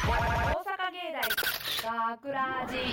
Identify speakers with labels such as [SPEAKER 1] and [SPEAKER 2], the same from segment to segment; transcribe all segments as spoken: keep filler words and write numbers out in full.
[SPEAKER 1] 学ラジ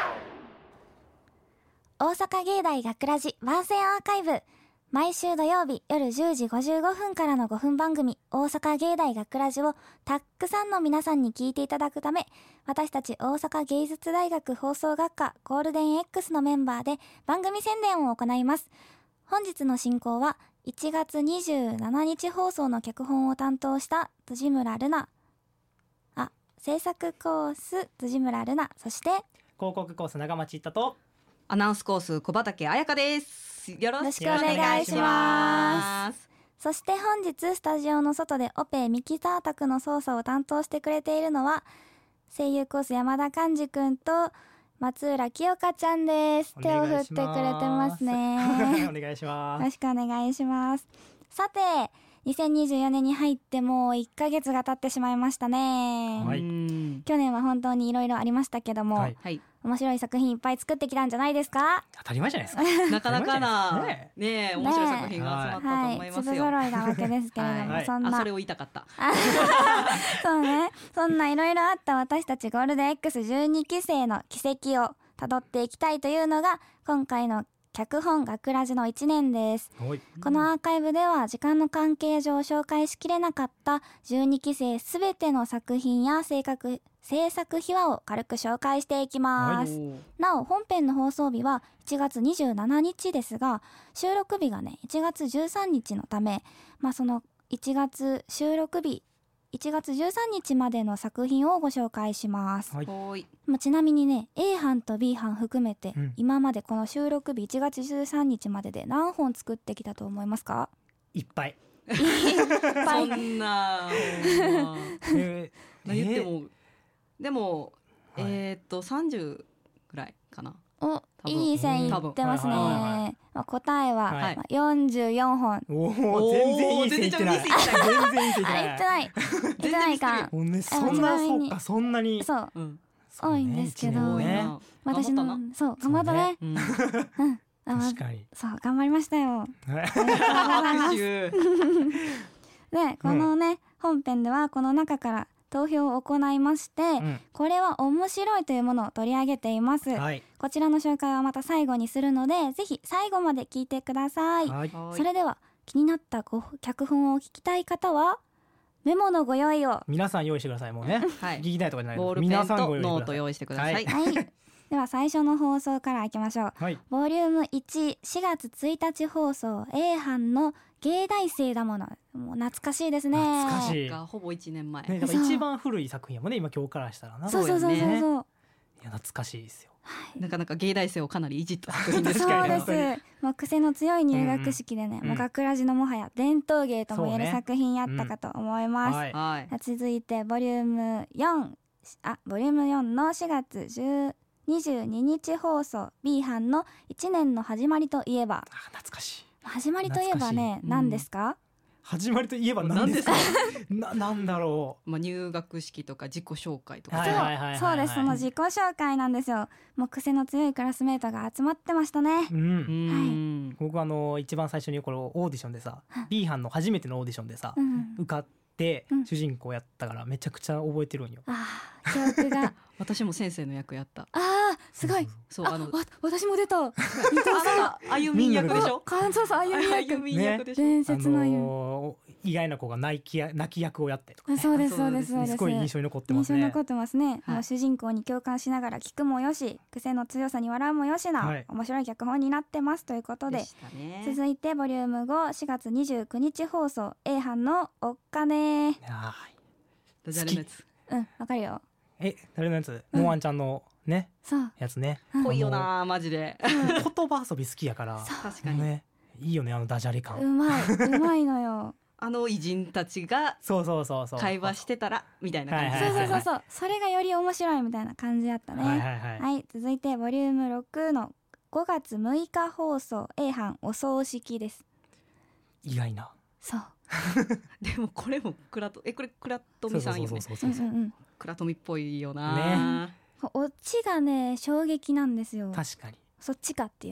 [SPEAKER 2] 大阪芸大学ラジ番宣アーカイブ、毎週土曜日夜じゅうじごじゅうごふんからのごふん番組大阪芸大学ラジをたくさんの皆さんに聞いていただくため、私たち大阪芸術大学放送学科ゴールデン X のメンバーで番組宣伝を行います。本日の進行はいちがつにじゅうしちにち放送の脚本を担当した辻村ルナ、あ、制作コース辻村ルナ、そして
[SPEAKER 3] 広告コース長町行ったと
[SPEAKER 4] アナウンスコース小畑彩香です。よろしくお願いします。
[SPEAKER 2] そして本日スタジオの外でオペミキサー宅の操作を担当してくれているのは声優コース山田寛治くんと松浦清香ちゃんです。手を振ってくれてますね。
[SPEAKER 3] お願いします。
[SPEAKER 2] よろしくお願いします。さてにせんにじゅうよねんに入ってもういっかげつが経ってしまいましたね、
[SPEAKER 3] はい、
[SPEAKER 2] 去年は本当にいろいろありましたけども、はいはい、面白い作品いっぱい作ってきたんじゃないですか。
[SPEAKER 3] 当たり前じゃないですか。
[SPEAKER 4] なかなかなねえ、面白い作品が集まったと思いますよ。
[SPEAKER 2] はい、粒揃いなわけですけれども、はい、そんな
[SPEAKER 4] あ、それを言いたかった
[SPEAKER 2] そうね、そんないろいろあった私たちゴールデン エックスじゅうに 期生の軌跡をたどっていきたいというのが今回の脚本学ラジのいちねんです。このアーカイブでは時間の関係上紹介しきれなかったじゅうにきせいすべての作品や制作制作秘話を軽く紹介していきます。なお本編の放送日はいちがつにじゅうしちにちですが、収録日がねいちがつじゅうさんにちのため、まあそのいちがつ収録日いちがつじゅうさんにちまでの作品をご紹介します。はい、まあ、ちなみにね A 班と B 班含めて、うん、今までこの収録日いちがつじゅうさんにちまでで何本作ってきたと思いますか？
[SPEAKER 3] いっぱい
[SPEAKER 2] いっぱい
[SPEAKER 4] そんな
[SPEAKER 3] えー、
[SPEAKER 4] 言ってもでも、はい、えー、っとさんじゅうぐらいかな。
[SPEAKER 2] お、いい線いってますね、はいはいはいはい、まあ、答えは、はいまあ、よんじゅうよんほん。
[SPEAKER 3] おお、全然いい線いってない。全然いい線いってない。
[SPEAKER 2] いってないいってないか。
[SPEAKER 3] そんなそっかそんなに
[SPEAKER 2] そう、うん、多いんですけど、
[SPEAKER 3] ね、
[SPEAKER 2] 私のそう頑張ったね。うん、
[SPEAKER 3] 確かに。
[SPEAKER 2] そう頑張りましたよ。でこのね、うん、本編ではこの中から投票を行いまして、うん、これは面白いというものを取り上げています、はい、こちらの紹介はまた最後にするのでぜひ最後まで聞いてください、はい、それでは気になった脚本を聞きたい方はメモのご用意を
[SPEAKER 3] 皆さん用意してください。もうね、はい、聞きたいとかじゃない、
[SPEAKER 4] ボールペンとノート用意してください、はい
[SPEAKER 2] はい、では最初の放送からいきましょう、はい、ボリュームいち、しがつついたち放送 A 班の芸大生だもの、もう懐かしいですね。
[SPEAKER 3] 懐かしい。
[SPEAKER 4] ほぼいちねんまえ、
[SPEAKER 3] ね、だから一番古い作品やもんね、今今日からしたらな。
[SPEAKER 2] そうそうそうそうそう、ね、い
[SPEAKER 3] や懐かしいですよ、
[SPEAKER 4] はい、なかなか芸大生をかなりいじった作品ですけど
[SPEAKER 2] そうです。もう癖の強い入学式でね、うん、もう学ラジのもはや伝統芸とも言える作品やったかと思います、ね、うんはい、続いてボリュームよん、あボリュームよんのしがつにじゅうににち放送 B 班のいちねんの始まりといえば。
[SPEAKER 3] あ、懐かしい。
[SPEAKER 2] 始まりといえばね、何ですか？うん、
[SPEAKER 3] 始まりといえば何ですか？な、なんだろ
[SPEAKER 4] う、まあ、入学式とか自己紹介とか、
[SPEAKER 2] はいはいはいはい、そうです、その自己紹介なんですよ。もう癖の強いクラスメートが集まってましたね、うん、
[SPEAKER 3] はい、僕はあの一番最初にこのオーディションでさ、B 班の初めてのオーディションでさ、うん、受かって主人公やったからめちゃくちゃ覚えてるんよ、
[SPEAKER 2] うん、あ記憶が
[SPEAKER 4] 私も先生の役やった。
[SPEAKER 2] あーすごい、
[SPEAKER 4] そうあの
[SPEAKER 2] あ私も出た。
[SPEAKER 4] あゆみん役でしょ。
[SPEAKER 2] そうそう、あゆみ役、
[SPEAKER 4] あゆみん役でしょ、
[SPEAKER 2] ね、伝説のあゆ、あ
[SPEAKER 3] のー、意外な子が泣き泣き役をやってとか、ね、
[SPEAKER 2] そうですそうですそうです、
[SPEAKER 3] すごい印象に残ってますね。
[SPEAKER 2] 印象に残ってますね、はい、もう主人公に共感しながら聞くもよし、癖の強さに笑うもよしな、はい、面白い脚本になってますということ で, で、ね、続いてボリュームご、しがつにじゅうくにち放送 A 班のおっかね。
[SPEAKER 4] ダジャレのやつ、
[SPEAKER 2] うんわかるよ。
[SPEAKER 3] え、誰のやつ、うん、モアンちゃんのね、
[SPEAKER 2] そう
[SPEAKER 3] やつね、
[SPEAKER 4] ぽいよなマジで。
[SPEAKER 3] 言葉遊び好きやから
[SPEAKER 4] 確かに、
[SPEAKER 3] ね、いいよねあのダジャレ感。
[SPEAKER 2] うまいうまいのよ。
[SPEAKER 4] あの偉人たちが会話してたらみたいな感じ。
[SPEAKER 2] そうそうそうそう、それがより面白いみたいな感じだったね。はいはいはい、はい、続いてボリュームろくのごがつむいか放送 A 班お葬式です。
[SPEAKER 3] 意外な。
[SPEAKER 2] そう
[SPEAKER 4] でもこれもクラトえこれクラトミさんよね。クラトミっぽいよな、
[SPEAKER 2] ね、オチがね衝撃なんですよ。
[SPEAKER 3] 確かに
[SPEAKER 2] そっちかっていうね。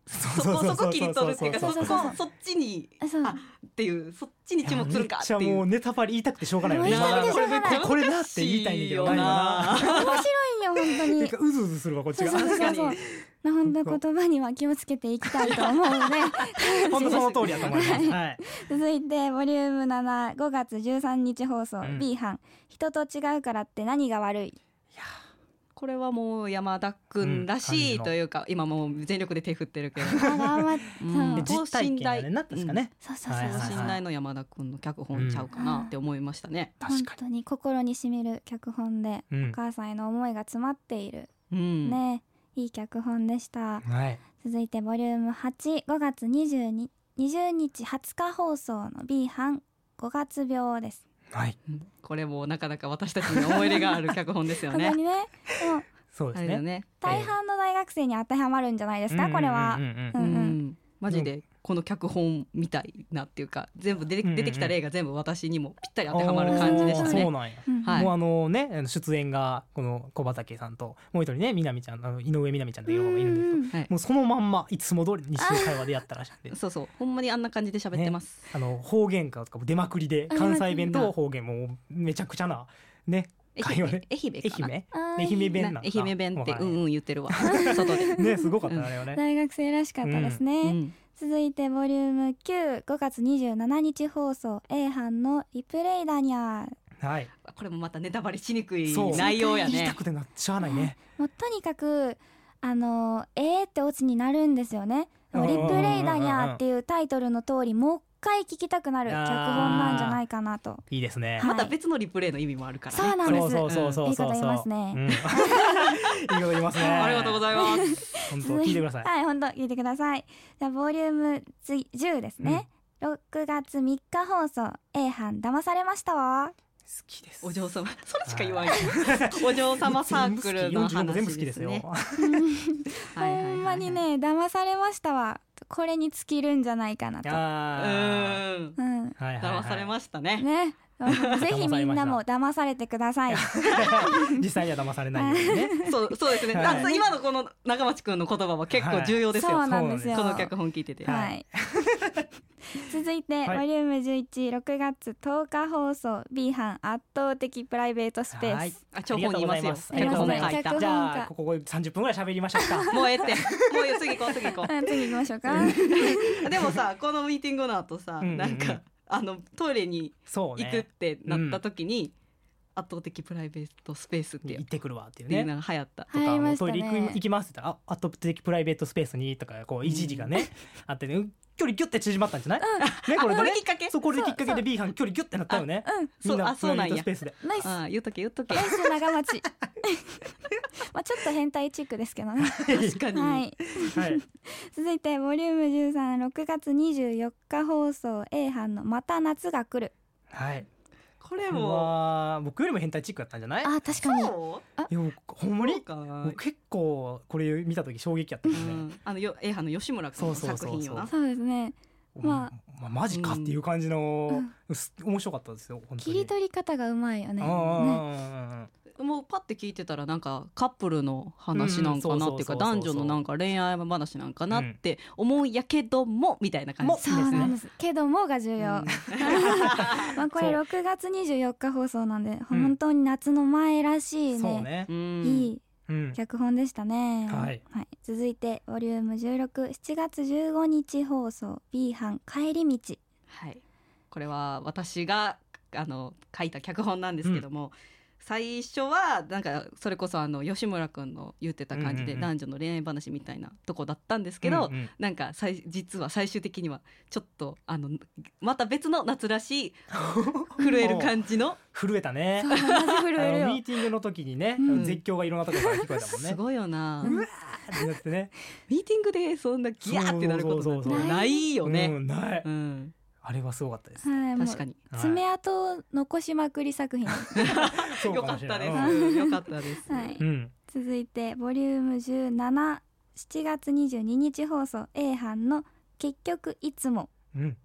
[SPEAKER 4] そこそこ切り取るっていうかそこそっちに
[SPEAKER 2] そう
[SPEAKER 4] あっていうそっちに注目するかっていう。
[SPEAKER 3] めっちゃもうネタバレ言いたくてしょうがないよね。
[SPEAKER 2] 言いたくてしょうがない
[SPEAKER 3] これなって言いたいんだけどないよな。
[SPEAKER 2] 面白いよ本当に。
[SPEAKER 3] なんかうずうずするわこっちが。
[SPEAKER 2] そうそうそうそう本当言葉には気をつけていきたいと思うので
[SPEAKER 3] 本当その通りだと思います、はい、
[SPEAKER 2] 続いてボリュームなな、ごがつじゅうさんにち放送、うん、B 班人と違うからって何が悪い。い
[SPEAKER 4] やこれはもう山田くんらしいというか、うん、今もう全力で手振ってるけど
[SPEAKER 3] 実体験やねんな確かね。
[SPEAKER 2] そうそうそう
[SPEAKER 4] 等身大の山田くんの脚本ちゃうかなって思いましたね、
[SPEAKER 2] うん、本当に心にしみる脚本で、うん、お母さんへの思いが詰まっている、うん、ねいい脚本でした、はい、続いてボリュームはち、ごがつにじゅうににちはつか放送の B 班ごがつ病です。
[SPEAKER 3] はい、
[SPEAKER 4] これもなかなか私たちに思い入れがある脚本ですよね。
[SPEAKER 2] 本当にね、もう
[SPEAKER 3] そうですね、
[SPEAKER 4] ね
[SPEAKER 2] 大半の大学生に当てはまるんじゃないですか、これは。
[SPEAKER 4] マジでこの脚本みたいなっていうか全部出て、出てきた例が全部私にもぴったり当てはまる感じでしたね。
[SPEAKER 3] そうなんや、はい、もうあのね出演がこの小畑さんともう一人ねみなみちゃんあの井上みなみちゃんというのがいるんですけど、もうそのまんまいつも通り日常会話でやったらしくて
[SPEAKER 4] そうそうほんまにあんな感じで喋ってます、
[SPEAKER 3] ね、あの方言かとか出まくりで関西弁と方言もめちゃくちゃなね
[SPEAKER 4] 愛媛愛媛かな
[SPEAKER 3] 愛媛弁なんか
[SPEAKER 4] 愛媛弁ってうんうん言ってるわ外で
[SPEAKER 3] ねすごかったあれはね、
[SPEAKER 2] 大学生らしかったですね、うんうん、続いてボリュームきゅう、ごがつにじゅうしちにち放送 A 班のリプレイダニャー、
[SPEAKER 3] はい、
[SPEAKER 4] これもまたネタバレしにくい内容やね。
[SPEAKER 3] 言いたくてなっちゃわないね。
[SPEAKER 2] もうとにかくあのえーってオチになるんですよね。リプレイダニャーっていうタイトルの通りもう一回聞きたくなる脚本なんじゃないかなと。
[SPEAKER 3] いいですね、
[SPEAKER 4] はい、また別のリプレイの意味もあるから、ね、
[SPEAKER 2] そうなんです。
[SPEAKER 3] そうそうそうそうそう
[SPEAKER 2] いいこと言いますね、うん、いい
[SPEAKER 3] こと言いますね
[SPEAKER 4] ありがとうございます
[SPEAKER 3] 本当聞いてください。
[SPEAKER 2] はい本当聞いてください。じゃあボリュームじゅうですね、うん、ろくがつみっか放送 A 班騙されましたわ。
[SPEAKER 3] 好きです。
[SPEAKER 4] お嬢様それしか言わんよお嬢様サークルの話ですね。
[SPEAKER 2] ほんまにね騙されましたわ。これに尽きるんじゃないかなと。
[SPEAKER 4] あーうん、うん、騙されましたね。
[SPEAKER 2] ねぜひみんなも騙されてください
[SPEAKER 3] 実際には騙されないようにね
[SPEAKER 4] そうそうですね、はい、今のこの長町くんの言葉は結構重要ですよ、
[SPEAKER 2] はい、そうなんですよ
[SPEAKER 4] この脚本聞いてて、
[SPEAKER 2] はい、続いて、はい、ボリュームじゅういち、ろくがつとおか放送 B 班圧倒的プライベートスペース、はい、
[SPEAKER 4] あ張本にいますよ。
[SPEAKER 3] ありがとうございます。じゃあここさんじゅっぷんぐらい喋りましょうか。
[SPEAKER 4] もうええってもう次行こう次行こう
[SPEAKER 2] 次行きましょうか
[SPEAKER 4] でもさこのミーティングの後さ、うんうんうん、なんかあのトイレに行くってなった時に、ねうん、圧倒的プライベートスペースって
[SPEAKER 3] 行ってくるわっていうね
[SPEAKER 4] っていうのが流行った
[SPEAKER 3] とか、ね、トイレ行く行きますって言ったら圧倒的プライベートスペースにとかこう一時がね、うん、あってね距離ギュッて縮まったんじゃない、うんね、これでね
[SPEAKER 4] きっかけ
[SPEAKER 3] そうこれできっかけで B 班距離ギュッてなったよね。
[SPEAKER 2] うん、
[SPEAKER 3] みんなプライベートスペースで
[SPEAKER 2] ナイス
[SPEAKER 4] あ言うとけ言うとけ
[SPEAKER 2] ナイス長町まあちょっと変態チックですけどね
[SPEAKER 4] 確かに、
[SPEAKER 2] はいはい、続いてボリュームじゅうさん、ろくがつにじゅうよっか放送 A 班のまた夏が来る。
[SPEAKER 3] はい
[SPEAKER 4] これも
[SPEAKER 3] 僕よりも変態チックだったんじゃない？
[SPEAKER 2] あ確かに。
[SPEAKER 3] いやほんまに結構これ見た時衝撃やったんですね、うん、
[SPEAKER 4] あの A 班の吉村君の作品よな。
[SPEAKER 2] そうですね。まあ、
[SPEAKER 3] まあ、マジかっていう感じの、うん、面白かったですよ本当に。
[SPEAKER 2] 切り取り方がうまいよね。
[SPEAKER 3] ね
[SPEAKER 4] もうパッて聞いてたらなんかカップルの話なんかなっていうか男女のなんか恋愛話なんかなって思うんやけどもみたいな感じですね。
[SPEAKER 2] そうなんです。けどもが重要、うん、まあこれろくがつにじゅうよっか放送なんで本当に夏の前らしいね、
[SPEAKER 3] そうね
[SPEAKER 2] いい脚本でしたね、
[SPEAKER 3] うんはい
[SPEAKER 2] はい、続いてボリュームじゅうろく、しちがつじゅうごにち放送 B 班帰り道、
[SPEAKER 4] はい、これは私があの書いた脚本なんですけども、うん最初はなんかそれこそあの吉村くんの言ってた感じで男女の恋愛話みたいなとこだったんですけど、うんうん、なんか実は最終的にはちょっとあのまた別の夏らしい震える感じの
[SPEAKER 3] 震えたね
[SPEAKER 2] マジ震えるよ。
[SPEAKER 3] ミーティングの時にね、うん、絶叫がいろんなところから聞こえたもんね。
[SPEAKER 4] すごいよな。
[SPEAKER 3] うわーってなってね
[SPEAKER 4] ミーティングでそんなギャーってなることなんてないよね。
[SPEAKER 3] うん、ない、
[SPEAKER 4] うん
[SPEAKER 3] あれはすごかったです、
[SPEAKER 2] はい、
[SPEAKER 4] 確かに
[SPEAKER 2] 爪痕残しまくり作品
[SPEAKER 4] よかったです、よかったです、
[SPEAKER 2] はい
[SPEAKER 3] うん、
[SPEAKER 2] 続いてボリュームじゅうなな、しちがつにじゅうににち放送 A 班の結局いつも、
[SPEAKER 3] うん、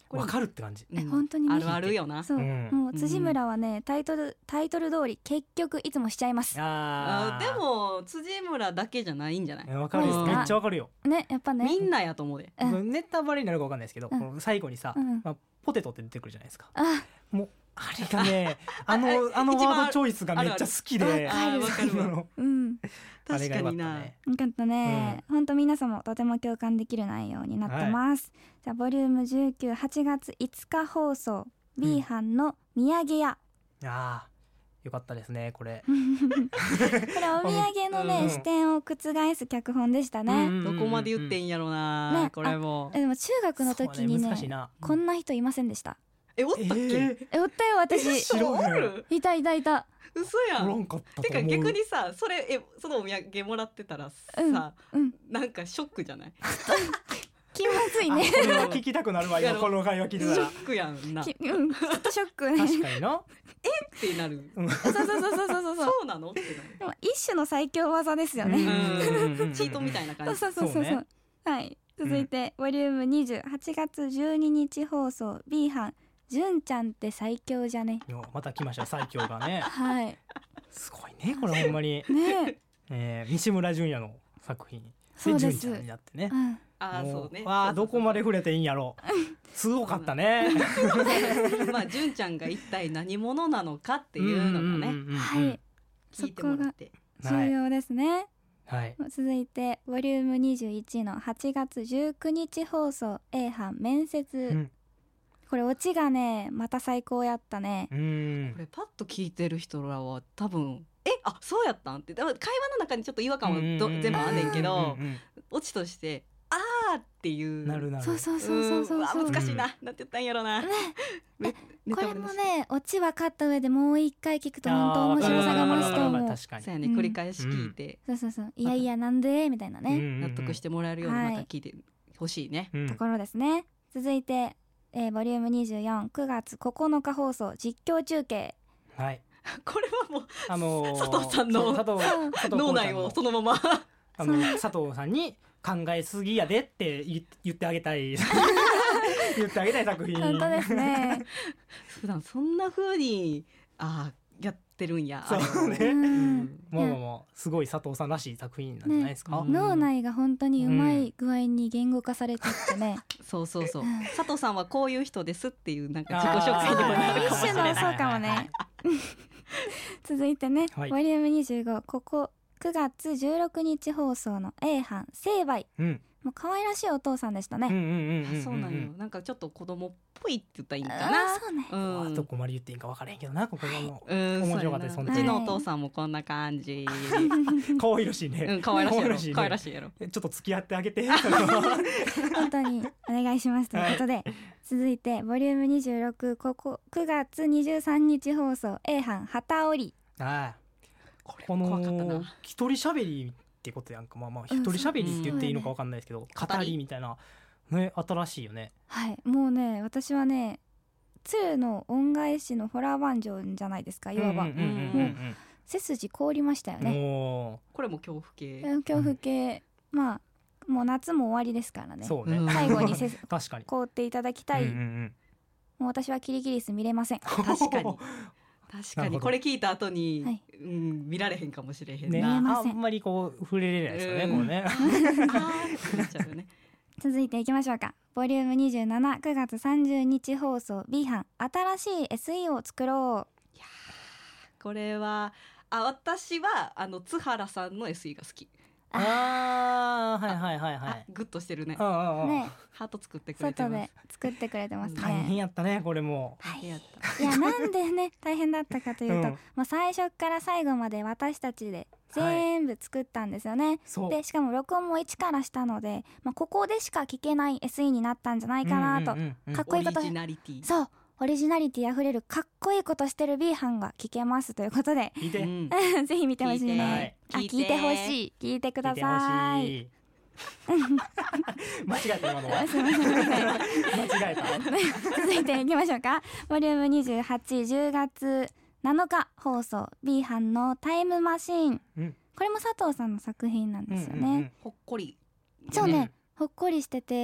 [SPEAKER 3] わかるって感じ。
[SPEAKER 2] え本当にね
[SPEAKER 4] あるあるよな。
[SPEAKER 2] そう、
[SPEAKER 3] うん
[SPEAKER 2] もう辻村はねタイトルタイトル通り結局いつもしちゃいます。
[SPEAKER 3] あ
[SPEAKER 4] あでも辻村だけじゃないんじゃない？
[SPEAKER 3] わかるよ、
[SPEAKER 2] うん
[SPEAKER 3] めっちゃわかるよ。
[SPEAKER 2] ねやっぱね
[SPEAKER 4] みんなやと思うで。
[SPEAKER 2] うん
[SPEAKER 3] ネタバレになるかわかんないですけど、
[SPEAKER 2] うん
[SPEAKER 3] この最後にさ、
[SPEAKER 2] うん
[SPEAKER 3] まあ、ポテトって出てくるじゃないですか。
[SPEAKER 2] あ
[SPEAKER 3] もうあれがねあのあの
[SPEAKER 4] 一番
[SPEAKER 3] ワードチョイスがめっちゃ好きで、
[SPEAKER 2] ある
[SPEAKER 4] あーわかるわ。
[SPEAKER 3] の
[SPEAKER 2] うん
[SPEAKER 3] あれがよかった
[SPEAKER 4] 確かにな。
[SPEAKER 3] ね。
[SPEAKER 2] よかったね、ほんと皆さんもとても共感できる内容になってます、じゃあボリュームじゅうきゅう、はちがついつか放送 B 班の土産屋、
[SPEAKER 3] ああよかったですねこれ。
[SPEAKER 2] これお土産のね、
[SPEAKER 3] うん
[SPEAKER 2] 視点を覆す脚本でしたね、
[SPEAKER 3] うん
[SPEAKER 4] どこまで言ってんやろな、
[SPEAKER 2] ね
[SPEAKER 4] これも。
[SPEAKER 2] えでも中学の時に
[SPEAKER 3] そう
[SPEAKER 2] ね
[SPEAKER 3] 難しいな。
[SPEAKER 2] こんな人いませんでした。
[SPEAKER 4] えおったっけ？
[SPEAKER 3] え
[SPEAKER 2] えおったよ私
[SPEAKER 3] 知らん
[SPEAKER 4] おる？
[SPEAKER 2] いたいたいた
[SPEAKER 4] 嘘や
[SPEAKER 3] ー、おら
[SPEAKER 4] ん。
[SPEAKER 3] んかったと
[SPEAKER 4] て
[SPEAKER 3] 思う。
[SPEAKER 4] か逆にさそれえそのお土産もらってたらさ、
[SPEAKER 2] うんうん
[SPEAKER 4] なんかショックじゃない？
[SPEAKER 2] 気まずいね
[SPEAKER 3] これは聞きたくなるわ今この会話聞いてたら。
[SPEAKER 4] ショックやんな。っ
[SPEAKER 2] きうんちょっとショックね
[SPEAKER 3] 確かにな。
[SPEAKER 4] てなる。
[SPEAKER 2] そうそうそうそうそうそう
[SPEAKER 4] そうなのってなる。
[SPEAKER 2] でも一種の最強技ですよね、
[SPEAKER 4] うんチートみたいな
[SPEAKER 2] そう
[SPEAKER 4] 感じ。
[SPEAKER 2] そうそうそう
[SPEAKER 3] そうね
[SPEAKER 2] はい続いて、ボリュームにじゅうはちがつじゅうににち放送 B 班純ちゃんって最強じゃね。
[SPEAKER 3] よまた来ました最強がね。
[SPEAKER 2] はい
[SPEAKER 3] すごいねこれほんまに。
[SPEAKER 2] ね
[SPEAKER 3] えー、西村淳也の作品
[SPEAKER 2] そうです
[SPEAKER 3] 純ちゃんになってね
[SPEAKER 2] う。ん
[SPEAKER 3] も
[SPEAKER 4] ああそうね。
[SPEAKER 3] わあどこまで触れていいんやろ。すごかったね。
[SPEAKER 4] まあ純ちゃんが一体何者なのかっていうのがね
[SPEAKER 2] はい
[SPEAKER 4] 聞いてもらって。
[SPEAKER 2] 重要ですね、
[SPEAKER 3] はい。
[SPEAKER 2] 続いてボリュームにじゅういちのはちがつじゅうくにち放送 A 班面接、
[SPEAKER 3] うん
[SPEAKER 2] これオチがねまた最高やったね。
[SPEAKER 3] うん
[SPEAKER 4] これパッと聞いてる人らは多分えあそうやったんって会話の中にちょっと違和感はど全部あんねんけど
[SPEAKER 3] うんうん
[SPEAKER 4] オチとしてあーっていう
[SPEAKER 3] なるなる。
[SPEAKER 2] そうそうそうそうそうそう
[SPEAKER 4] うんうわ難しいな、なんて言ったんやろな、ねネ
[SPEAKER 2] これも
[SPEAKER 4] タバレだし
[SPEAKER 2] ねオチ分かった上でもう一回聞くと本当面白さが増すと
[SPEAKER 3] あーわかるわかるわか
[SPEAKER 2] 思う。
[SPEAKER 3] る確かに
[SPEAKER 4] そうやね
[SPEAKER 2] うん
[SPEAKER 4] 繰り返し聞いて、
[SPEAKER 2] そうそうそういやいやなんでみたいなね、
[SPEAKER 4] 納得してもらえるようにまた聞いてほしいね、
[SPEAKER 3] うん
[SPEAKER 2] ところですね。続いて、えー、ボリュームにじゅうよん、くがつここのか放送実況中継。
[SPEAKER 3] はい。
[SPEAKER 4] これはもう
[SPEAKER 3] あのー
[SPEAKER 4] 佐藤さんの
[SPEAKER 3] そう佐藤佐藤
[SPEAKER 4] 脳
[SPEAKER 3] 浩ちゃんの
[SPEAKER 4] 内をそのまま
[SPEAKER 3] あの佐藤さんに考えすぎやでって言言ってあげたい言ってあげたい作品。
[SPEAKER 2] 本当ですね。
[SPEAKER 4] 普段そんな風にあーやってるんやあれを
[SPEAKER 3] そうね
[SPEAKER 2] う
[SPEAKER 4] うん
[SPEAKER 2] ん
[SPEAKER 3] もうもうもうすごい佐藤さんらしい作品なんじゃないですか。
[SPEAKER 4] ね
[SPEAKER 2] 脳内が本当にうまい具合に言語化されてってね、
[SPEAKER 4] そうそうそう
[SPEAKER 2] うん
[SPEAKER 4] 佐藤さんはこういう人ですっていうなんか自己紹介にもなるかもしれない
[SPEAKER 2] 一種のそうかもね。続いてね、
[SPEAKER 3] はい
[SPEAKER 2] ボリュームにじゅうご、ここくがつじゅうろくにち放送の A 班成敗。
[SPEAKER 3] うん
[SPEAKER 2] もう可愛らしいお父さんでしたね。
[SPEAKER 3] うんうんうんうん。
[SPEAKER 4] そうなんよなんかちょっと子供っぽいって言ったらいいんか
[SPEAKER 2] あ
[SPEAKER 4] な
[SPEAKER 2] ーそうね。
[SPEAKER 4] うん
[SPEAKER 3] どこまで言っていいんか分からへんけどなここの
[SPEAKER 4] うん
[SPEAKER 3] 面白かったです本当に
[SPEAKER 4] そうやなうちのお父さんもこんな感じ
[SPEAKER 3] 可愛らしいね。
[SPEAKER 4] うん可愛らしいやろ
[SPEAKER 3] ね
[SPEAKER 4] 可愛らしいやろ
[SPEAKER 3] ちょっと付き合ってあげて。
[SPEAKER 2] 本当にお願いしますということで、続いてボリュームにじゅうろく、ここくがつにじゅうさんにち放送 A 班旗織り。
[SPEAKER 3] ああ
[SPEAKER 4] これ
[SPEAKER 3] こ
[SPEAKER 4] 怖かった
[SPEAKER 3] の
[SPEAKER 4] な
[SPEAKER 3] 一人喋りってことやんかまあまあ一人喋りって言っていいのか分かんないですけど、語りみたいなね新しいよね。
[SPEAKER 2] はい、もうね私はね鶴の恩返しのホラーバンジョンじゃないですかいわば、
[SPEAKER 3] うんうんうんうん
[SPEAKER 2] 背筋凍りましたよ
[SPEAKER 3] うん
[SPEAKER 2] ね。
[SPEAKER 3] も
[SPEAKER 4] これも恐怖系
[SPEAKER 2] 恐怖系、まあもう夏も終わりですからね。
[SPEAKER 3] うそうね、
[SPEAKER 4] うん
[SPEAKER 2] 最後にせ
[SPEAKER 3] 確かに
[SPEAKER 2] 凍っていただきたい、
[SPEAKER 3] うんうんうん
[SPEAKER 2] もう私はキリギリス見れません。
[SPEAKER 4] 確かに確か
[SPEAKER 3] なるほど
[SPEAKER 4] にこれ聞いた後に、
[SPEAKER 2] はい
[SPEAKER 4] うん、見られへんかもしれへん
[SPEAKER 3] ね、
[SPEAKER 2] 見え
[SPEAKER 4] な、
[SPEAKER 2] ません
[SPEAKER 3] あんまりこう触れれないですよね、
[SPEAKER 4] うん
[SPEAKER 3] これね。
[SPEAKER 4] あーってなっちゃうよね
[SPEAKER 2] 続いていきましょうか。ボリュームにじゅうなな、くがつさんじゅうにち放送 B 班新しい エスイー を作ろう。
[SPEAKER 4] これはあ私はあの津原さんの エスイー が好き、
[SPEAKER 3] ああはいはいはいはい。
[SPEAKER 4] あグッとしてるね
[SPEAKER 3] うんうんうん
[SPEAKER 2] ね
[SPEAKER 4] ハート作ってくれて
[SPEAKER 2] 外で
[SPEAKER 4] ます
[SPEAKER 2] 作ってくれてます
[SPEAKER 3] 大変
[SPEAKER 2] ね。
[SPEAKER 3] やったねこれも。
[SPEAKER 4] 大変やった
[SPEAKER 2] いやなんでね大変だったかというと、
[SPEAKER 3] うん
[SPEAKER 2] もう最初から最後まで私たちで全部作ったんですよね。
[SPEAKER 3] そう。
[SPEAKER 2] でしかも録音も一からしたので、まあ、ここでしか聞けない エスイー になったんじゃないかなと、
[SPEAKER 3] うんうんうんうん
[SPEAKER 2] かっこいいこと
[SPEAKER 4] オリジナリティ
[SPEAKER 2] そうオリジナリティあふれるかっこいいことしてる B 班が聞けますということで
[SPEAKER 3] 聞いて、
[SPEAKER 4] うん
[SPEAKER 2] ぜひ見てほしいね。あ
[SPEAKER 4] 聞いて
[SPEAKER 2] 聞いてほしい聞いてくだ
[SPEAKER 3] 聞いて
[SPEAKER 2] さい。
[SPEAKER 3] ほしい。間違えた今のは。
[SPEAKER 2] すいませんすいません
[SPEAKER 3] 間違えた。
[SPEAKER 2] 続いていきましょうか。ボリュームにじゅうはち、じゅうがつなのか放送 B 班のタイムマシーン、
[SPEAKER 3] うん
[SPEAKER 2] これも佐藤さんの作品なんですよね。
[SPEAKER 3] うんうんうん
[SPEAKER 4] ほっこり
[SPEAKER 2] そうね、
[SPEAKER 3] うん
[SPEAKER 2] ほっこりしてて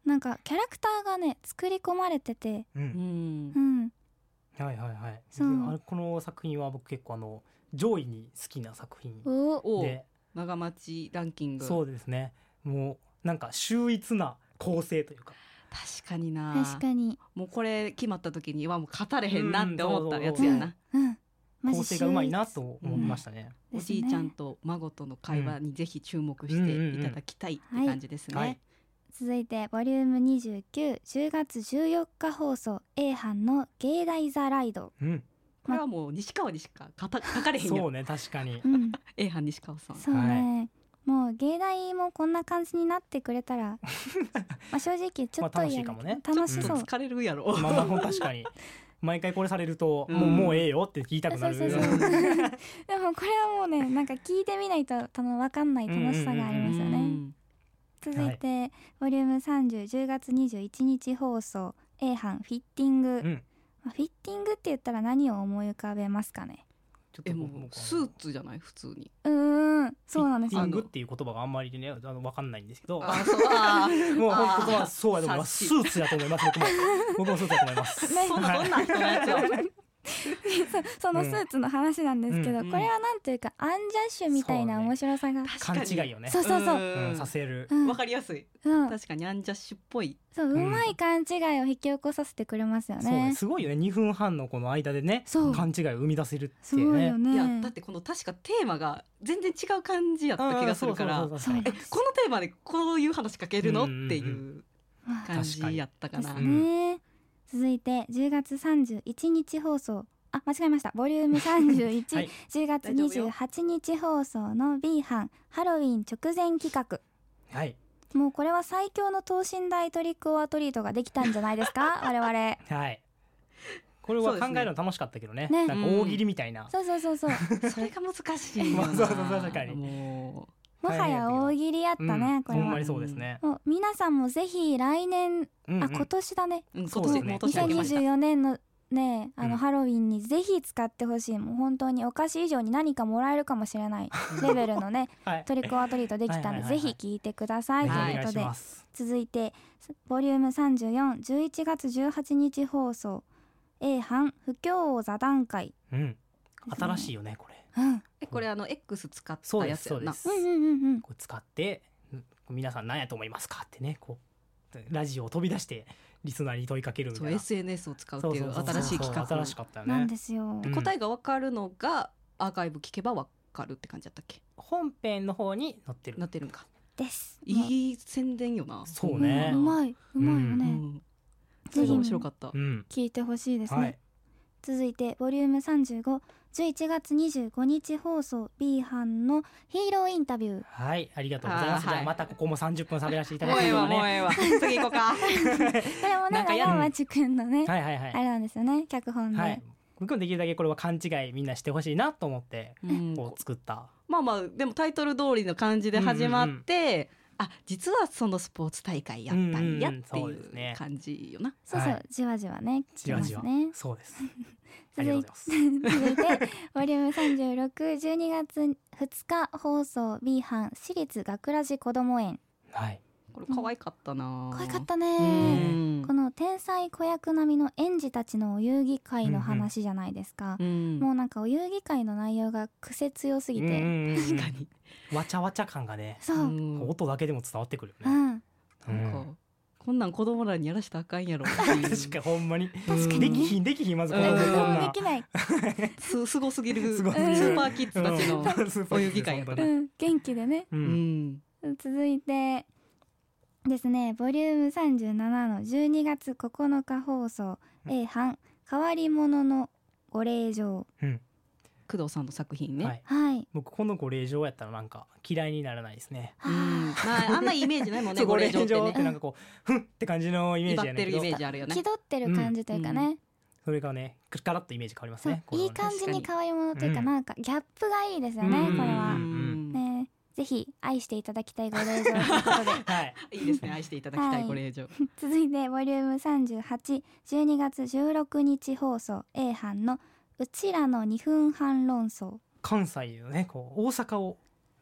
[SPEAKER 2] なんかキャラクターがね作り込まれてて、
[SPEAKER 3] う
[SPEAKER 4] うんん
[SPEAKER 2] うん
[SPEAKER 3] はいはいはい。
[SPEAKER 2] そう
[SPEAKER 3] であれこの作品は僕結構あの上位に好きな作品
[SPEAKER 2] お
[SPEAKER 4] お
[SPEAKER 3] で、
[SPEAKER 4] 長町ランキング。
[SPEAKER 3] そうですね。もうなんか秀逸な構成というか。
[SPEAKER 4] 確かにな。
[SPEAKER 2] 確かに、
[SPEAKER 4] もうこれ決まった時にはもう語れへんなって思ったやつ
[SPEAKER 2] うん
[SPEAKER 4] やな。
[SPEAKER 2] うん、マジ
[SPEAKER 3] 構成がうまいなと思いましたね。
[SPEAKER 4] おじいちゃんと孫との会話にぜひ注目していただきたいって感じですね。
[SPEAKER 3] はい
[SPEAKER 2] 続いてボリュームにじゅうきゅう、じゅうがつじゅうよっか放送 A 班の芸大ザライド、
[SPEAKER 3] うん、
[SPEAKER 4] これはもう西川にしかかた書かれへんやん。
[SPEAKER 3] そうね確かに。
[SPEAKER 2] うん、
[SPEAKER 4] A 班西川さん。
[SPEAKER 2] そうね、もう芸大もこんな感じになってくれたらまあ正直ちょっと
[SPEAKER 3] まあ楽し
[SPEAKER 2] 嫌だけど、
[SPEAKER 3] いかもね
[SPEAKER 2] 楽しそう、
[SPEAKER 4] 疲れるやろ。
[SPEAKER 3] まあまあ確かに毎回これされると、
[SPEAKER 4] うん
[SPEAKER 3] もうもうええよって聞いたくなる。
[SPEAKER 2] そうそうそうでもこれはもうねなんか聞いてみないとたの分かんない楽しさがありますよね。
[SPEAKER 4] うん
[SPEAKER 2] 続いて、ボリュームさんじゅう、じゅうがつにじゅういちにち放送 A 班フィッティング、
[SPEAKER 3] うん
[SPEAKER 2] まあ、フィッティングって言ったら何を思い浮かべますかね。
[SPEAKER 3] ちょっと
[SPEAKER 4] えもう
[SPEAKER 3] 僕も
[SPEAKER 4] スーツじゃない普通に。
[SPEAKER 2] うーんそうなんですよ
[SPEAKER 3] フィッティングっていう言葉があんまりねあの分かんないんですけど、
[SPEAKER 4] あそうあー
[SPEAKER 3] もう
[SPEAKER 4] あー
[SPEAKER 3] 本当はそうやと思います。
[SPEAKER 4] 察し
[SPEAKER 3] スーツやと思います。僕も僕もスーツやと思います。
[SPEAKER 4] そんなどんな人のやつよ。
[SPEAKER 2] そそのスーツの話なんですけど、
[SPEAKER 4] うん
[SPEAKER 2] これはなんというかアンジャッシュみたいな面白さが、
[SPEAKER 3] 勘違いよね。
[SPEAKER 2] そうそうそう、
[SPEAKER 3] うん
[SPEAKER 4] ん
[SPEAKER 3] させる。
[SPEAKER 2] うん
[SPEAKER 4] わかりやすい。
[SPEAKER 2] そう
[SPEAKER 4] 確かにアンジャッシュっぽい。
[SPEAKER 2] そう、うまい勘違いを引き起こさせてくれますよ
[SPEAKER 3] そうね
[SPEAKER 2] ね。
[SPEAKER 3] すごいよね。にふんはんのこの間でね
[SPEAKER 2] そう
[SPEAKER 3] 勘違いを生み出せるって
[SPEAKER 2] す
[SPEAKER 3] いうね。
[SPEAKER 2] ごいよね。
[SPEAKER 4] いやだってこの確かテーマが全然違う感じやった気がするから、
[SPEAKER 3] うんそうそうそう
[SPEAKER 4] えこのテーマでこういう話しかけるのっ
[SPEAKER 3] うん
[SPEAKER 4] ていう
[SPEAKER 2] まあ
[SPEAKER 4] 感じやったかな。
[SPEAKER 2] ですね。続いてじゅうがつさんじゅういちにち放送、あ間違えました、ボリュームさんじゅういち、
[SPEAKER 3] はい
[SPEAKER 2] じゅうがつにじゅうはちにち放送の B 班ハロウィン直前企画、
[SPEAKER 3] はい
[SPEAKER 2] もうこれは最強の等身大トリックオアトリートができたんじゃないですか我々。
[SPEAKER 3] はい。これは考えるの楽しかったけどね。
[SPEAKER 2] ね
[SPEAKER 3] なんか大喜利みたいな。
[SPEAKER 2] そうそうそうそう
[SPEAKER 4] それが難しいよな。
[SPEAKER 3] まあそうそう確かに
[SPEAKER 4] も
[SPEAKER 2] もはや大喜利やったね、
[SPEAKER 3] うん
[SPEAKER 2] これは
[SPEAKER 3] ほんまにそうですね。
[SPEAKER 2] もう皆さんもぜひ来年、
[SPEAKER 3] うんうん
[SPEAKER 2] あ今年だね、
[SPEAKER 4] う、うん、
[SPEAKER 3] そうですね
[SPEAKER 4] 今年もう年明けまし
[SPEAKER 2] 2024
[SPEAKER 4] た。
[SPEAKER 2] 年のねあの、
[SPEAKER 3] うん
[SPEAKER 2] ハロウィンにぜひ使ってほしい、もう本当にお菓子以上に何かもらえるかもしれないレベルのね
[SPEAKER 3] はい。
[SPEAKER 2] トリックオアトリートできたんで
[SPEAKER 3] はいはいはいはい
[SPEAKER 2] ぜひ聞いてください、
[SPEAKER 4] はい
[SPEAKER 2] ということで
[SPEAKER 3] お願いします。
[SPEAKER 2] 続いてボリュームさんじゅうよん、じゅういちがつじゅうはちにち放送 A 班不協和座談会、
[SPEAKER 3] うん。新しいよねこれ。
[SPEAKER 2] うん、
[SPEAKER 4] えこれあの X 使っ
[SPEAKER 3] そうで
[SPEAKER 4] たやつやな。
[SPEAKER 3] すそうです。
[SPEAKER 2] うんうんうんうん
[SPEAKER 3] こう使ってうん皆さん何やと思いますかってねこうラジオを飛び出してリスナーに問いかけるみ
[SPEAKER 4] そう
[SPEAKER 3] たいな。
[SPEAKER 4] エスエヌエス を使うっていう
[SPEAKER 3] そうそうそう
[SPEAKER 4] 新しい企画。
[SPEAKER 3] 新しかったよ
[SPEAKER 2] なん
[SPEAKER 3] ね。
[SPEAKER 2] ですよ、
[SPEAKER 3] うん
[SPEAKER 4] 答えがわかるのがアーカイブ聞けばわかるって感じだったっけ？
[SPEAKER 3] 本編の方に載ってる。
[SPEAKER 4] なってるんか。
[SPEAKER 2] です
[SPEAKER 4] いい宣伝よな。
[SPEAKER 3] そうね
[SPEAKER 2] うんうまいうまいよね、
[SPEAKER 4] うん。そ
[SPEAKER 2] ぜひ
[SPEAKER 4] れが面白かった。
[SPEAKER 3] うん。
[SPEAKER 2] 聞いてほしいですね、
[SPEAKER 3] はい。
[SPEAKER 2] 続いてボリュームさんじゅうご、じゅういちがつにじゅうごにち放送 B 班のヒーローインタビュー、
[SPEAKER 3] はいありがとうございます。
[SPEAKER 4] あーはい
[SPEAKER 3] じゃあまたここもさんじゅっぷん喋らせていただ
[SPEAKER 4] もうええわ
[SPEAKER 3] きますね。
[SPEAKER 4] もうええわ。次行こうか。
[SPEAKER 2] これもね
[SPEAKER 3] なんかや
[SPEAKER 2] 長町くんのね、
[SPEAKER 3] はいはいはい。
[SPEAKER 2] あれなんですよね、脚本で、
[SPEAKER 3] はい。僕もできるだけこれは勘違いみんなしてほしいなと思って
[SPEAKER 4] うん
[SPEAKER 3] こう作った。
[SPEAKER 4] まあまあでもタイトル通りの感じで始まって、あ実はそのスポーツ大会やったんやって
[SPEAKER 3] うんうんそう
[SPEAKER 4] い
[SPEAKER 3] ですね
[SPEAKER 4] う感じよな。
[SPEAKER 2] そうそう、
[SPEAKER 3] はい
[SPEAKER 2] じわじわね聞き
[SPEAKER 3] じわじわ
[SPEAKER 2] ますね。
[SPEAKER 3] そうです。ありがとうございます。
[SPEAKER 2] 続いてボリュームさんじゅうろく、じゅうにがつふつか放送 B 班私立学ラジこども園、
[SPEAKER 3] はい。
[SPEAKER 4] これ可愛かったな。
[SPEAKER 2] 可愛かった
[SPEAKER 4] う
[SPEAKER 2] ね、
[SPEAKER 4] ん
[SPEAKER 2] この天才子役並みの園児たちのお遊戯会の話じゃないですか、
[SPEAKER 4] うん
[SPEAKER 2] もうなんかお遊戯会の内容が癖強すぎて、
[SPEAKER 3] うんうんうん
[SPEAKER 4] 確かに。
[SPEAKER 3] わちゃわちゃ感がね
[SPEAKER 2] そう、うん
[SPEAKER 4] うん
[SPEAKER 3] 音だけでも伝わってくるよね。
[SPEAKER 2] うん、
[SPEAKER 4] なんかこんなん子供らにやらしたらあかんやろっていう
[SPEAKER 3] 確かほんまに
[SPEAKER 4] 確かに
[SPEAKER 3] できひんできひんまずこの
[SPEAKER 4] うん
[SPEAKER 3] こん
[SPEAKER 2] で
[SPEAKER 3] な
[SPEAKER 2] きない、
[SPEAKER 4] すすごすぎるス
[SPEAKER 3] すごすぎる
[SPEAKER 4] ーパーキッズたちの
[SPEAKER 3] うんスーパー
[SPEAKER 4] お遊戯会やから。
[SPEAKER 2] うん、元気でね。
[SPEAKER 3] う
[SPEAKER 4] うんん
[SPEAKER 2] 続いてですねボリュームさんじゅうななのじゅうにがつここのか放送 A 班変わり者のご令状、
[SPEAKER 3] うん
[SPEAKER 4] 工藤さんの作品ね。
[SPEAKER 3] はい。
[SPEAKER 2] はい
[SPEAKER 3] 僕このご令状やったらなんか嫌いにならないですね。
[SPEAKER 4] うんまああんまイメージないもんね。
[SPEAKER 3] そう
[SPEAKER 4] ご令状ってね。
[SPEAKER 3] ご令状ってなんかこうふんって感じのイメー
[SPEAKER 4] 威張ってるイ
[SPEAKER 3] ジやねんけど
[SPEAKER 4] メージあるよね
[SPEAKER 2] 気。取ってる感じというかね、
[SPEAKER 3] それがねガラッとイメージ変わります
[SPEAKER 2] そう
[SPEAKER 3] ね。これはね
[SPEAKER 2] いい感じに変わり者というか、
[SPEAKER 3] うん
[SPEAKER 2] なんかギャップがいいですよね、
[SPEAKER 3] うん
[SPEAKER 2] これは、
[SPEAKER 3] うん
[SPEAKER 2] ねぜひ愛していただきたいご令状ということで
[SPEAKER 3] はい。
[SPEAKER 4] いいですね。愛していただきた
[SPEAKER 2] はい
[SPEAKER 4] いご令状。
[SPEAKER 2] 続いてボリュームさんじゅうはち、じゅうにがつじゅうろくにち放送 A 班のうちらのにふんはん論争、
[SPEAKER 3] 関西のねこう大阪を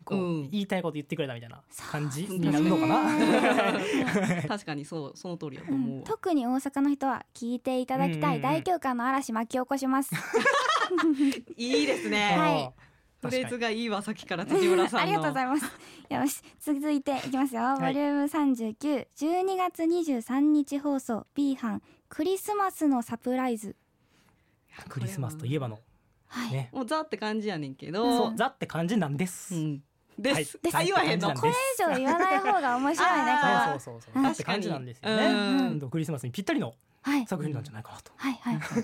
[SPEAKER 3] こう、
[SPEAKER 4] うん、
[SPEAKER 3] 言いたいこと言ってくれたみたいな感じ
[SPEAKER 2] そう
[SPEAKER 3] になるのかな。
[SPEAKER 4] 確かにそうその通りやと思う、
[SPEAKER 2] うん、特に大阪の人は聞いていただきたい、大共感の嵐巻き起こします。
[SPEAKER 4] いいですね。
[SPEAKER 2] はい。
[SPEAKER 4] フレーズがいいわ、さっきから辻村さんの。
[SPEAKER 2] ありがとうございます。よし、続いていきますよ。
[SPEAKER 3] はい、
[SPEAKER 2] ボリュームさんじゅうきゅう、じゅうにがつにじゅうさんにち放送 B 班クリスマスのサプライズ。
[SPEAKER 3] クリスマスといえばの、
[SPEAKER 2] はい、
[SPEAKER 3] ね、
[SPEAKER 4] もうザって感じやねんけど、
[SPEAKER 3] そうザって感じなんです、
[SPEAKER 4] うん、です、
[SPEAKER 3] はい、
[SPEAKER 4] 言わへんの。
[SPEAKER 2] これ以上言わない方が面白いね。これは
[SPEAKER 3] そうそうそうそう、ザって感じなんですよね。うん、クリスマスにぴったりの作品なんじゃないかなと。
[SPEAKER 2] はいはいはい。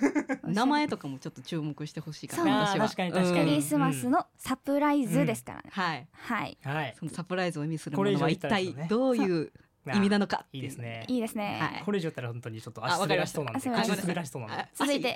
[SPEAKER 4] 名前とかもちょっと注目してほしいか
[SPEAKER 2] な。
[SPEAKER 4] 私は
[SPEAKER 3] 確かに確かに。
[SPEAKER 2] クリスマスのサプライズですからね。
[SPEAKER 4] はい
[SPEAKER 2] はい
[SPEAKER 3] はい。
[SPEAKER 4] そのサプライズを意味するものは一体どういう意味なのか。
[SPEAKER 3] いいですね。
[SPEAKER 2] いいですね。
[SPEAKER 3] これ以上言ったら本当にちょっと足滑らしそうなんで、足滑らしそうなんで。
[SPEAKER 2] 続いて。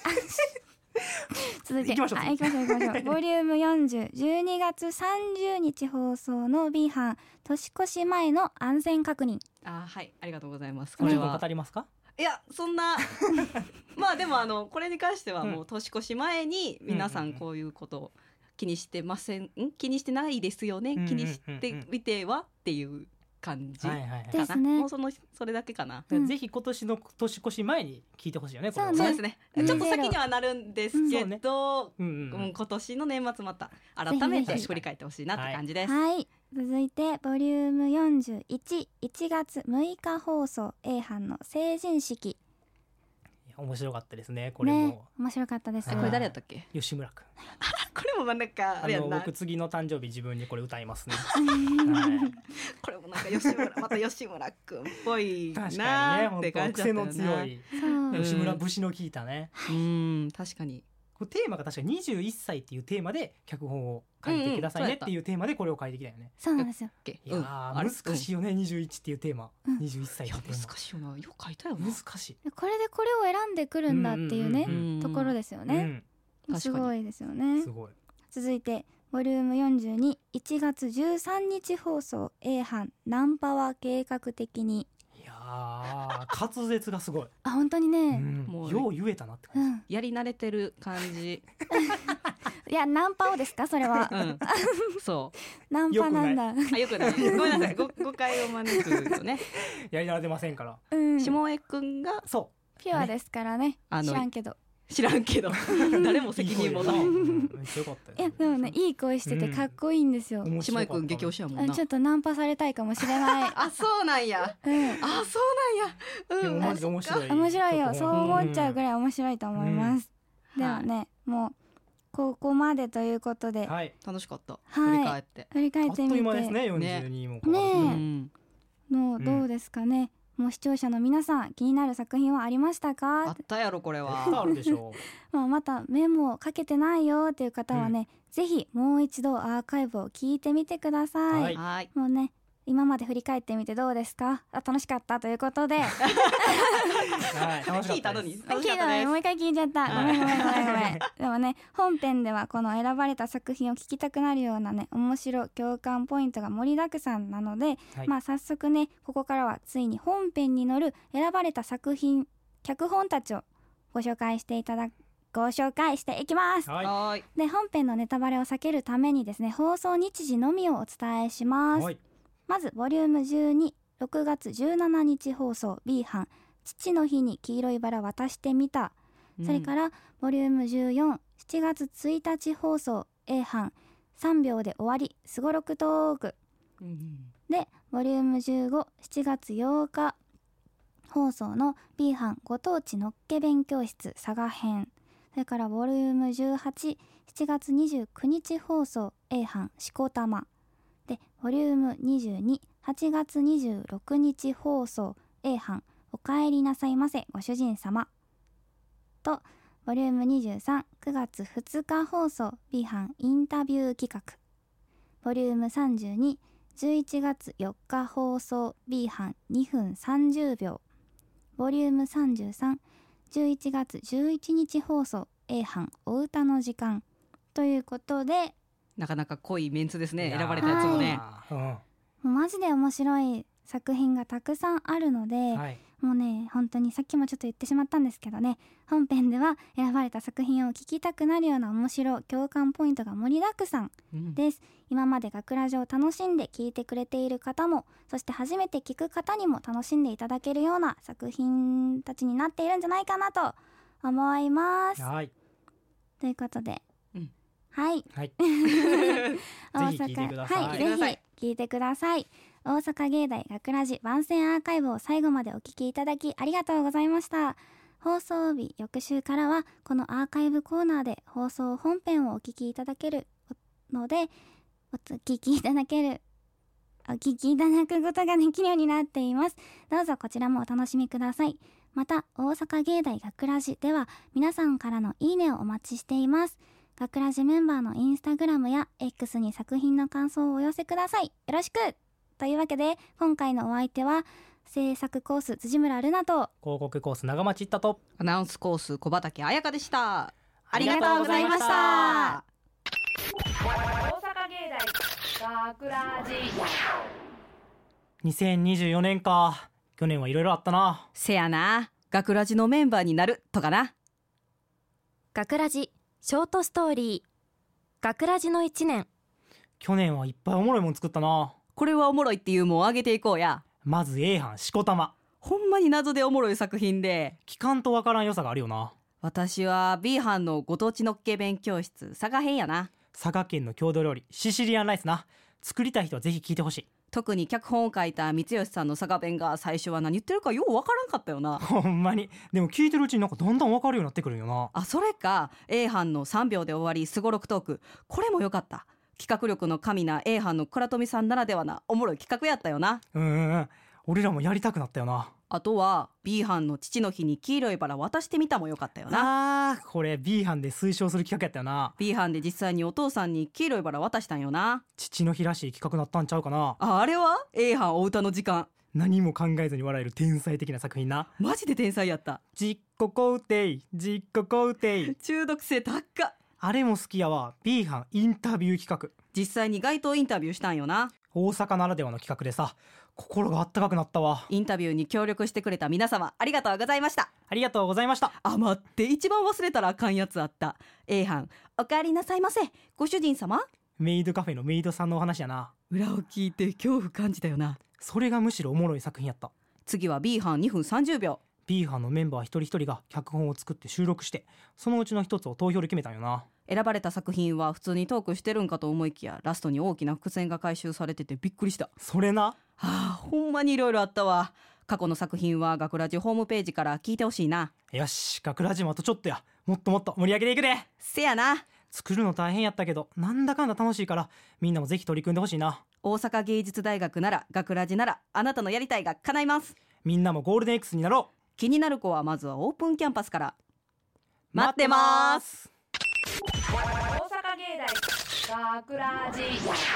[SPEAKER 2] 続いていきましょう。行きましょう行きましょう。ボリュームよんじゅう、じゅうにがつさんじゅうにち放送の B 班年越し前の安全確認。
[SPEAKER 4] あ、はい、ありがとうございます。
[SPEAKER 3] これは語りますか？
[SPEAKER 4] いや、そんなまあでもあのこれに関してはもう年越し前に皆さんこういうことを気にしてません、ん気にしてないですよね、気にしてみてはっていう感じかな。
[SPEAKER 2] ですね。
[SPEAKER 4] もうそのそれだけかな。
[SPEAKER 3] ぜひ今年の年越し前に聞いてほしいよね。これは
[SPEAKER 4] そうですね。ちょっと先にはなるんですけど、今年の年末また改めて振り返ってほしいなって感じです。
[SPEAKER 2] はい。続いてボリュームよんじゅういち、いちがつむいか放送 A 班の成人式。
[SPEAKER 3] いや面白かったですね。これも、
[SPEAKER 2] ね、面白かったです。
[SPEAKER 4] これ誰やったっけ？
[SPEAKER 3] 吉村くん。
[SPEAKER 4] これもなんかあれやんな。
[SPEAKER 3] 僕次の誕生日自分にこれ歌いますね。
[SPEAKER 4] はい、これもなんか吉村また吉村くんっぽいなーって感じだったよね。
[SPEAKER 3] 癖の強い吉村節の効いたね。
[SPEAKER 4] うん、確かに。
[SPEAKER 3] これテーマが確かにじゅういっさいっていうテーマで脚本を書いてくださいねっていうテーマでこれを書いてきたよね。
[SPEAKER 2] そうなんですよ。
[SPEAKER 3] いやー難しいよね、にじゅういちっていうテーマ、にじゅういっさいっていうテーマ。
[SPEAKER 4] 難しいよな、よく書いたよな。
[SPEAKER 3] 難しい。
[SPEAKER 2] これでこれを選んでくるんだっていうねところですよね。すごいですよね。
[SPEAKER 3] すごい。
[SPEAKER 2] 続いてボリュームよんじゅうに、いちがつじゅうさんにち放送 A 班ナンパは計画的に。
[SPEAKER 3] いやー滑舌がすごい。
[SPEAKER 2] あ、本当にね、
[SPEAKER 3] もうよう言えたなって感
[SPEAKER 4] じ。やり慣れてる感じ。
[SPEAKER 2] いや、ナンパをですかそれは。
[SPEAKER 4] そう
[SPEAKER 2] ナンパなんだ。
[SPEAKER 4] あ、よくない。ごめんなさい、誤解を招くとね。
[SPEAKER 3] やり慣れてませんから。
[SPEAKER 4] 下江くんが
[SPEAKER 3] そう
[SPEAKER 2] ピュアですからね。知らんけど。
[SPEAKER 4] 知らんけど誰も責任もない。
[SPEAKER 2] いやでもね、いい声しててかっこいいんですよ。
[SPEAKER 4] 姉妹くん激推しやもんな。
[SPEAKER 2] ちょっとナンパされたいかもしれない。
[SPEAKER 4] あ、そうなんや。あ、そうなんや。
[SPEAKER 3] うん、マジで面白い。
[SPEAKER 2] 面白いよ。そう思っちゃうぐらい面白いと思います。ではね、もうここまでということで、
[SPEAKER 4] 楽しかった。
[SPEAKER 2] 振
[SPEAKER 4] り返って
[SPEAKER 2] 振り返ってみて。あっという間
[SPEAKER 3] ですね。よんじゅうにも
[SPEAKER 2] ね。のどうですかね。もう視聴者の皆さん気になる作品はありましたか？
[SPEAKER 4] あったやろこれは。
[SPEAKER 3] あるでしょ
[SPEAKER 2] う。まあまたメモかけてないよっていう方はね、うん、ぜひもう一度アーカイブを聞いてみてください。
[SPEAKER 4] はい。
[SPEAKER 2] もうね、今まで振り返ってみてどうですか？あ、楽しかったということで。はい、
[SPEAKER 4] 聞いたのに。
[SPEAKER 2] 聞いたのにもう一回聞いちゃった。ごめんごめんごめんごめん。でもね、本編ではこの選ばれた作品を聞きたくなるようなね、面白共感ポイントが盛りだくさんなので、はい、まあ早速ね、ここからはついに本編に載る選ばれた作品、脚本たちをご紹介していただご紹介していきます。
[SPEAKER 4] はい。
[SPEAKER 2] で、本編のネタバレを避けるためにですね、放送日時のみをお伝えします。はい、まずボリュームじゅうに、ろくがつじゅうしちにち放送 B 班父の日に黄色いバラ渡してみた、うん、それからボリュームじゅうよん、しちがつついたち放送 A 班さんびょうで終わりすごろくトーク、うん、でボリュームじゅうご、しちがつようか放送の B 班ご当地のっけ勉強室佐賀編、それからボリュームじゅうはち、しちがつにじゅうくにち放送 A 班しこたまで、ボリュームにじゅうに、はちがつにじゅうろくにち放送 A 班おかえりなさいませご主人様と、ボリュームにじゅうさん、くがつふつか放送 B 班インタビュー企画、ボリュームさんじゅうに、じゅういちがつよっか放送 B 班にふんさんじゅうびょう、ボリュームさんじゅうさん、じゅういちがつじゅういちにち放送 A 班お歌の時間ということで、
[SPEAKER 4] なかなか濃いメンツですね、選ばれたやつもね。
[SPEAKER 2] はい、もうマジで面白い作品がたくさんあるので、はい、 もうね本当にさっきもちょっと言ってしまったんですけどね、本編では選ばれた作品を聞きたくなるような面白共感ポイントが盛りだくさんです、うん、今まで学ラジを楽しんで聞いてくれている方も、そして初めて聞く方にも楽しんでいただけるような作品たちになっているんじゃないかなと思います。
[SPEAKER 3] はい、
[SPEAKER 2] ということで、
[SPEAKER 3] うん、
[SPEAKER 2] はい、
[SPEAKER 3] はい、
[SPEAKER 2] 大
[SPEAKER 3] ぜひ聞いてください。
[SPEAKER 2] はい、ぜひ聞いてください。大阪芸大学ラジ番宣アーカイブを最後までお聞きいただきありがとうございました。放送日翌週からはこのアーカイブコーナーで放送本編をお聞きいただけるので、お聞きいただけるお聞きいただくことができるようになっています。どうぞこちらもお楽しみください。また大阪芸大学ラジでは皆さんからのいいねをお待ちしています。学ラジメンバーのインスタグラムや X に作品の感想をお寄せください。よろしく。というわけで今回のお相手は制作コース辻村ルナと
[SPEAKER 3] 広告コース長町いったと
[SPEAKER 4] アナウンスコース小畑彩香でした。
[SPEAKER 2] ありがとうございました。
[SPEAKER 1] 大阪芸大学ラジ
[SPEAKER 3] にせんにじゅうよねんか。去年はいろいろあったな。
[SPEAKER 4] せやな、学ラジのメンバーになるとかな。
[SPEAKER 5] 学ラジショートストーリー学ラジのいちねん。
[SPEAKER 3] 去年はいっぱいおもろいもん作ったな。
[SPEAKER 4] これはおもろいっていうもんをあげていこうや。
[SPEAKER 3] まず A 班しこたま、
[SPEAKER 4] ほんまに謎でおもろい作品で
[SPEAKER 3] 聞かんとわからん良さがあるよな。
[SPEAKER 4] 私は B 班のご当地のっけ弁教室佐賀編やな。
[SPEAKER 3] 佐賀県の郷土料理シシリアンライスな。作りたい人はぜひ聞いてほしい。
[SPEAKER 4] 特に脚本を書いた三吉さんの佐賀弁が最初は何言ってるかようわからんかったよな。
[SPEAKER 3] ほんまに。でも聞いてるうちになんかだんだんわかるようになってくるんよな。
[SPEAKER 4] あ、それか A 班のさんびょうで終わりすごろくトーク、これもよかった。企画力の神な A 班の倉富さんならではなおもろい企画やったよな。
[SPEAKER 3] うんうんうん、俺らもやりたくなったよな。
[SPEAKER 4] あとは B 班の父の日に黄色いバラ渡してみたもよかったよな。
[SPEAKER 3] あー、これ B 班で推奨する企画やったよな。
[SPEAKER 4] B 班で実際にお父さんに黄色いバラ渡したんよな。
[SPEAKER 3] 父の日らしい企画なったんちゃうかな。
[SPEAKER 4] あ、あれは A 班お歌の時間。
[SPEAKER 3] 何も考えずに笑える天才的な作品な。
[SPEAKER 4] マジで天才やった。
[SPEAKER 3] 実己肯定実己肯定
[SPEAKER 4] 中毒性高っ。
[SPEAKER 3] あれも好きやわ。 B 班インタビュー企画、
[SPEAKER 4] 実際に街頭インタビューしたんよな。
[SPEAKER 3] 大阪ならではの企画でさ、心があったかくなったわ。
[SPEAKER 4] インタビューに協力してくれた皆様ありがとうございました。
[SPEAKER 3] ありがとうございました。
[SPEAKER 4] あ、待って、一番忘れたらあかんやつあった。 A 班お帰りなさいませご主人様。
[SPEAKER 3] メイドカフェのメイドさんのお話やな。
[SPEAKER 4] 裏を聞いて恐怖感じたよな。
[SPEAKER 3] それがむしろおもろい作品やった。
[SPEAKER 4] 次は B 班にふんさんじゅうびょう。
[SPEAKER 3] B 班のメンバー一人一人が脚本を作って収録して、そのうちの一つを投票で決めたんよな。
[SPEAKER 4] 選ばれた作品は普通にトークしてるんかと思いきや、ラストに大きな伏線が回収されててびっくりした。
[SPEAKER 3] それな。
[SPEAKER 4] はあ、ほんまにいろいろあったわ。過去の作品は学ラジホームページから聞いてほしいな。
[SPEAKER 3] よし、学ラジもあとちょっとや。もっともっと盛り上げていくで。
[SPEAKER 4] せやな。
[SPEAKER 3] 作るの大変やったけどなんだかんだ楽しいから、みんなもぜひ取り組んでほしいな。
[SPEAKER 4] 大阪芸術大学なら学ラジならあなたのやりたいが叶います。
[SPEAKER 3] みんなもゴールデン X になろう。
[SPEAKER 4] 気になる子はまずはオープンキャンパスから
[SPEAKER 3] 待ってます。
[SPEAKER 1] 大阪芸大学ラジ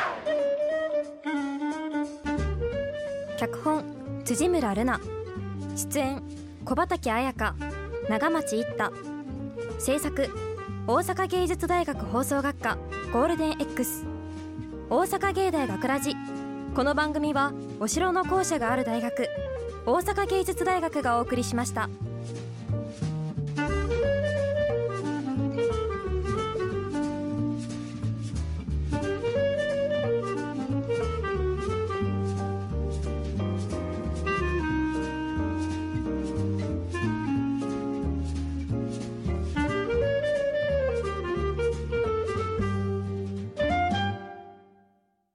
[SPEAKER 5] 脚本辻村ルナ、出演小畑彩香、長町一太、制作大阪芸術大学放送学科ゴールデン X、 大阪芸大学ラジ。この番組はお城の校舎がある大学大阪芸術大学がお送りしました。